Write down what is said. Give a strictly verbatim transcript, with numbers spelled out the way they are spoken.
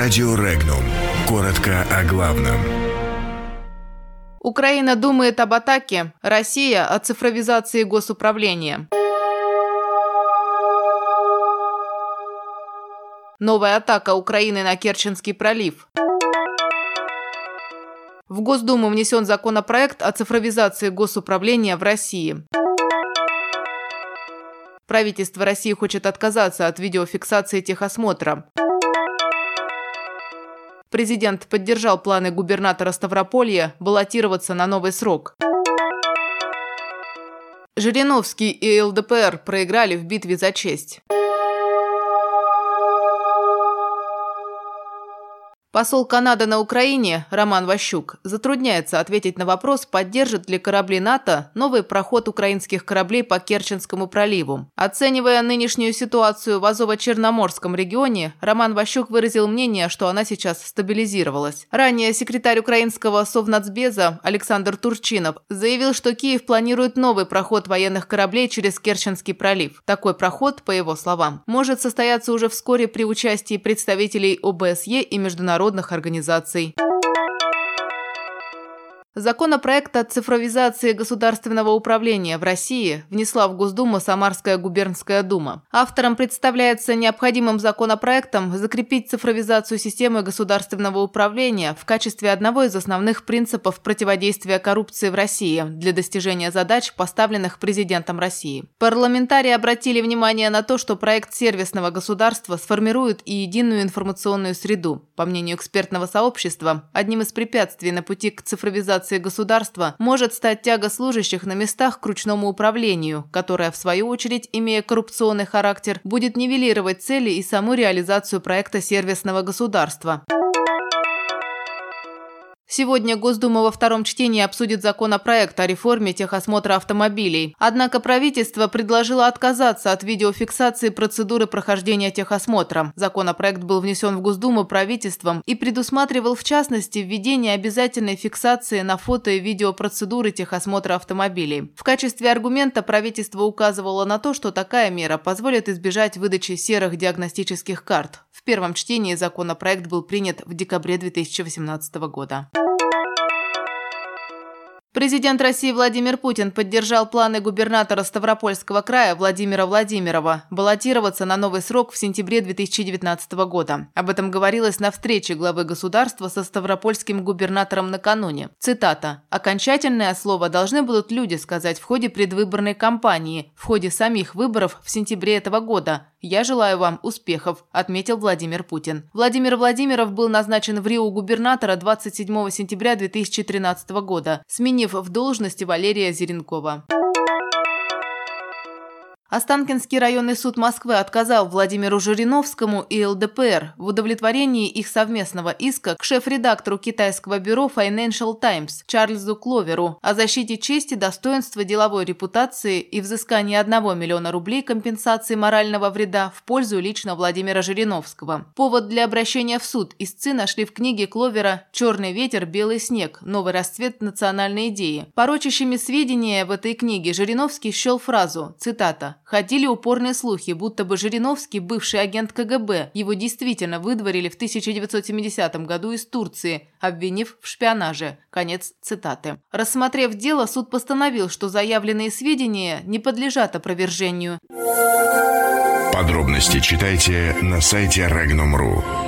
Радио Регнум. Коротко о главном. Украина думает об атаке, Россия о цифровизации госуправления. Новая атака Украины на Керченский пролив. В Госдуму внесен законопроект о цифровизации госуправления в России. Правительство России хочет отказаться от видеофиксации техосмотра. Президент поддержал планы губернатора Ставрополья баллотироваться на новый срок. Жириновский и эл дэ пэ эр проиграли в битве за честь. Посол Канады на Украине Роман Ващук затрудняется ответить на вопрос, поддержат ли корабли НАТО новый проход украинских кораблей по Керченскому проливу. Оценивая нынешнюю ситуацию в Азово-Черноморском регионе, Роман Ващук выразил мнение, что она сейчас стабилизировалась. Ранее секретарь украинского Совнацбеза Александр Турчинов заявил, что Киев планирует новый проход военных кораблей через Керченский пролив. Такой проход, по его словам, может состояться уже вскоре при участии представителей о бэ эс е и международных народных организаций. Законопроект о цифровизации государственного управления в России внесла в Госдуму Самарская губернская дума. Авторам представляется необходимым законопроектом закрепить цифровизацию системы государственного управления в качестве одного из основных принципов противодействия коррупции в России для достижения задач, поставленных президентом России. Парламентарии обратили внимание на то, что проект сервисного государства сформирует и единую информационную среду. По мнению экспертного сообщества, одним из препятствий на пути к цифровизации государства может стать тяга служащих на местах к ручному управлению, которая, в свою очередь, имея коррупционный характер, будет нивелировать цели и саму реализацию проекта сервисного государства. Сегодня Госдума во втором чтении обсудит законопроект о реформе техосмотра автомобилей. Однако правительство предложило отказаться от видеофиксации процедуры прохождения техосмотра. Законопроект был внесен в Госдуму правительством и предусматривал, в частности, введение обязательной фиксации на фото и видео процедуры техосмотра автомобилей. В качестве аргумента правительство указывало на то, что такая мера позволит избежать выдачи серых диагностических карт. В первом чтении законопроект был принят в декабре две тысячи восемнадцатого года. Президент России Владимир Путин поддержал планы губернатора Ставропольского края Владимира Владимирова баллотироваться на новый срок в сентябре две тысячи девятнадцатого года. Об этом говорилось на встрече главы государства со ставропольским губернатором накануне. Цитата. «Окончательное слово должны будут люди сказать в ходе предвыборной кампании, в ходе самих выборов в сентябре этого года. Я желаю вам успехов», – отметил Владимир Путин. Владимир Владимиров был назначен в Рио губернатора двадцать седьмого сентября две тысячи тринадцатого года, сменив в должности Валерия Зеренкова. Останкинский районный суд Москвы отказал Владимиру Жириновскому и эл дэ пэ эр в удовлетворении их совместного иска к шеф-редактору китайского бюро Financial Times Чарльзу Кловеру о защите чести, достоинства, деловой репутации и взыскании одного миллиона рублей компенсации морального вреда в пользу лично Владимира Жириновского. Повод для обращения в суд истцы нашли в книге Кловера «Черный ветер, белый снег. Новый расцвет национальной идеи». Порочащими сведения в этой книге Жириновский счел фразу, цитата, «Ходили упорные слухи, будто бы Жириновский, бывший агент ка гэ бэ, его действительно выдворили в тысяча девятьсот семидесятом году из Турции, обвинив в шпионаже». Конец цитаты. Рассмотрев дело, суд постановил, что заявленные сведения не подлежат опровержению. Подробности читайте на сайте регнум точка ру.